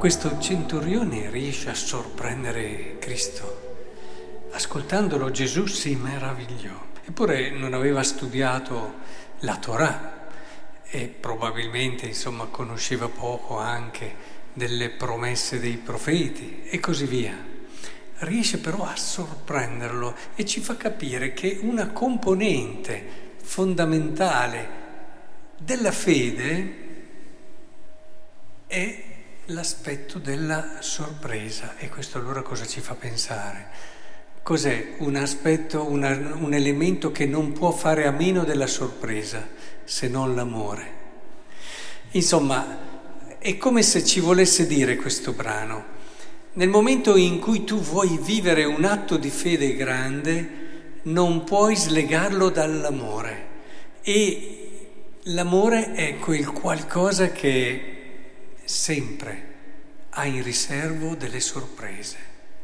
questo centurione riesce a sorprendere Cristo. Ascoltandolo Gesù si meravigliò. Eppure non aveva studiato la Torah e probabilmente, conosceva poco anche delle promesse dei profeti e così via. Riesce però a sorprenderlo e ci fa capire che una componente fondamentale della fede è l'aspetto della sorpresa. E questo allora cosa ci fa pensare? Cos'è un aspetto, un elemento che non può fare a meno della sorpresa, se non l'amore? Insomma, è come se ci volesse dire questo brano: nel momento in cui tu vuoi vivere un atto di fede grande, non puoi slegarlo dall'amore. E l'amore è quel qualcosa che sempre ha in riservo delle sorprese.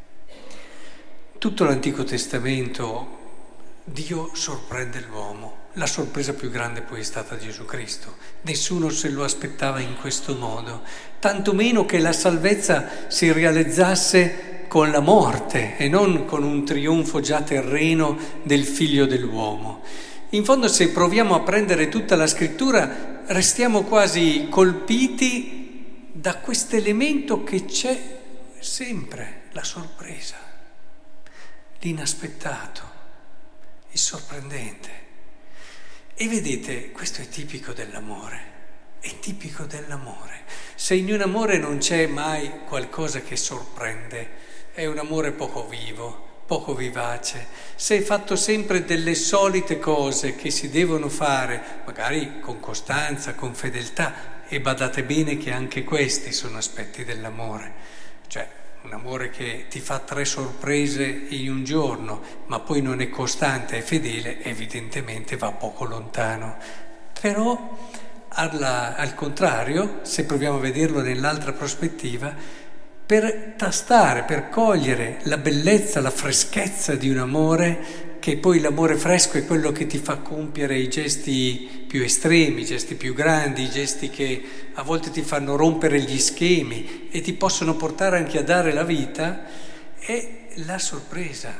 Tutto l'Antico Testamento Dio sorprende l'uomo. La sorpresa più grande poi è stata Gesù Cristo. Nessuno se lo aspettava in questo modo, tantomeno che la salvezza si realizzasse con la morte e non con un trionfo già terreno del Figlio dell'uomo. In fondo, se proviamo a prendere tutta la Scrittura, restiamo quasi colpiti da questo elemento che c'è sempre, la sorpresa, l'inaspettato, il sorprendente. E vedete, questo è tipico dell'amore, è tipico dell'amore. Se in un amore non c'è mai qualcosa che sorprende, è un amore poco vivo, poco vivace. Se è fatto sempre delle solite cose che si devono fare, magari con costanza, con fedeltà, e badate bene che anche questi sono aspetti dell'amore, cioè un amore che ti fa 3 sorprese in un giorno, ma poi non è costante e fedele, evidentemente va poco lontano. Però al contrario, se proviamo a vederlo nell'altra prospettiva, per tastare, per cogliere la bellezza, la freschezza di un amore, che poi l'amore fresco è quello che ti fa compiere i gesti più estremi, i gesti più grandi, i gesti che a volte ti fanno rompere gli schemi e ti possono portare anche a dare la vita, è la sorpresa.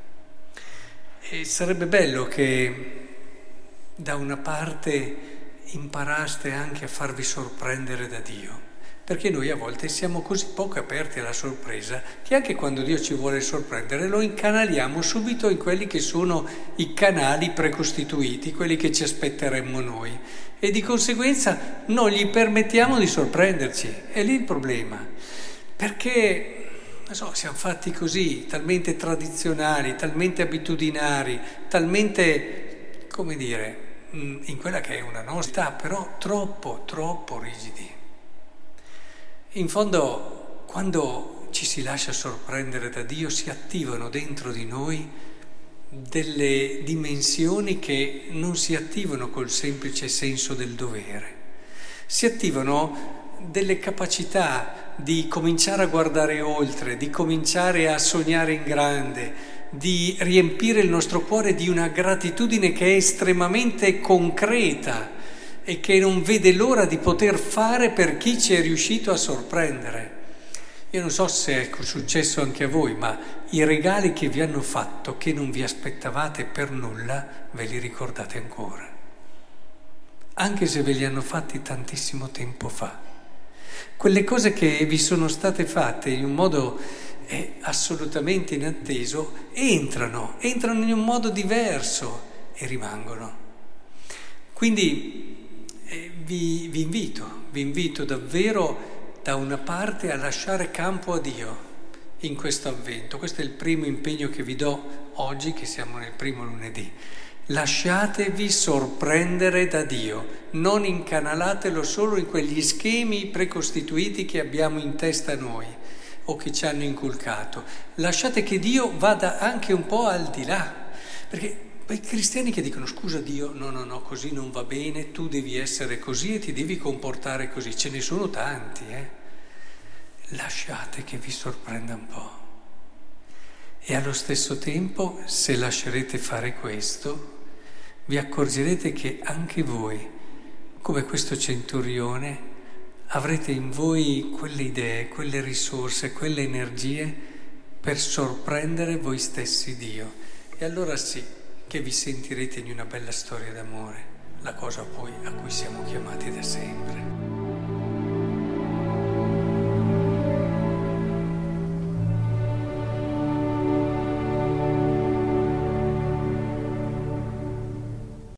E sarebbe bello che da una parte imparaste anche a farvi sorprendere da Dio. Perché noi a volte siamo così poco aperti alla sorpresa che anche quando Dio ci vuole sorprendere lo incanaliamo subito in quelli che sono i canali precostituiti, quelli che ci aspetteremmo noi. E di conseguenza non gli permettiamo di sorprenderci. È lì il problema. Perché, siamo fatti così, talmente tradizionali, talmente abitudinari, talmente, in quella che è una nostra, però troppo rigidi. In fondo, quando ci si lascia sorprendere da Dio, si attivano dentro di noi delle dimensioni che non si attivano col semplice senso del dovere. Si attivano delle capacità di cominciare a guardare oltre, di cominciare a sognare in grande, di riempire il nostro cuore di una gratitudine che è estremamente concreta e che non vede l'ora di poter fare per chi ci è riuscito a sorprendere. Io non so se è successo anche a voi, ma i regali che vi hanno fatto, che non vi aspettavate per nulla, ve li ricordate ancora. Anche se ve li hanno fatti tantissimo tempo fa. Quelle cose che vi sono state fatte in un modo assolutamente inatteso, entrano in un modo diverso e rimangono. Quindi vi invito davvero da una parte a lasciare campo a Dio in questo avvento. Questo è il primo impegno che vi do oggi, che siamo nel primo lunedì. Lasciatevi sorprendere da Dio, non incanalatelo solo in quegli schemi precostituiti che abbiamo in testa noi o che ci hanno inculcato. Lasciate che Dio vada anche un po' al di là, perché quei cristiani che dicono scusa Dio, no, così non va bene, tu devi essere così e ti devi comportare così, ce ne sono tanti, Lasciate che vi sorprenda un po'. E allo stesso tempo, se lascerete fare questo, vi accorgerete che anche voi, come questo centurione, avrete in voi quelle idee, quelle risorse, quelle energie per sorprendere voi stessi Dio. E allora sì che vi sentirete in una bella storia d'amore, la cosa poi a cui siamo chiamati da sempre.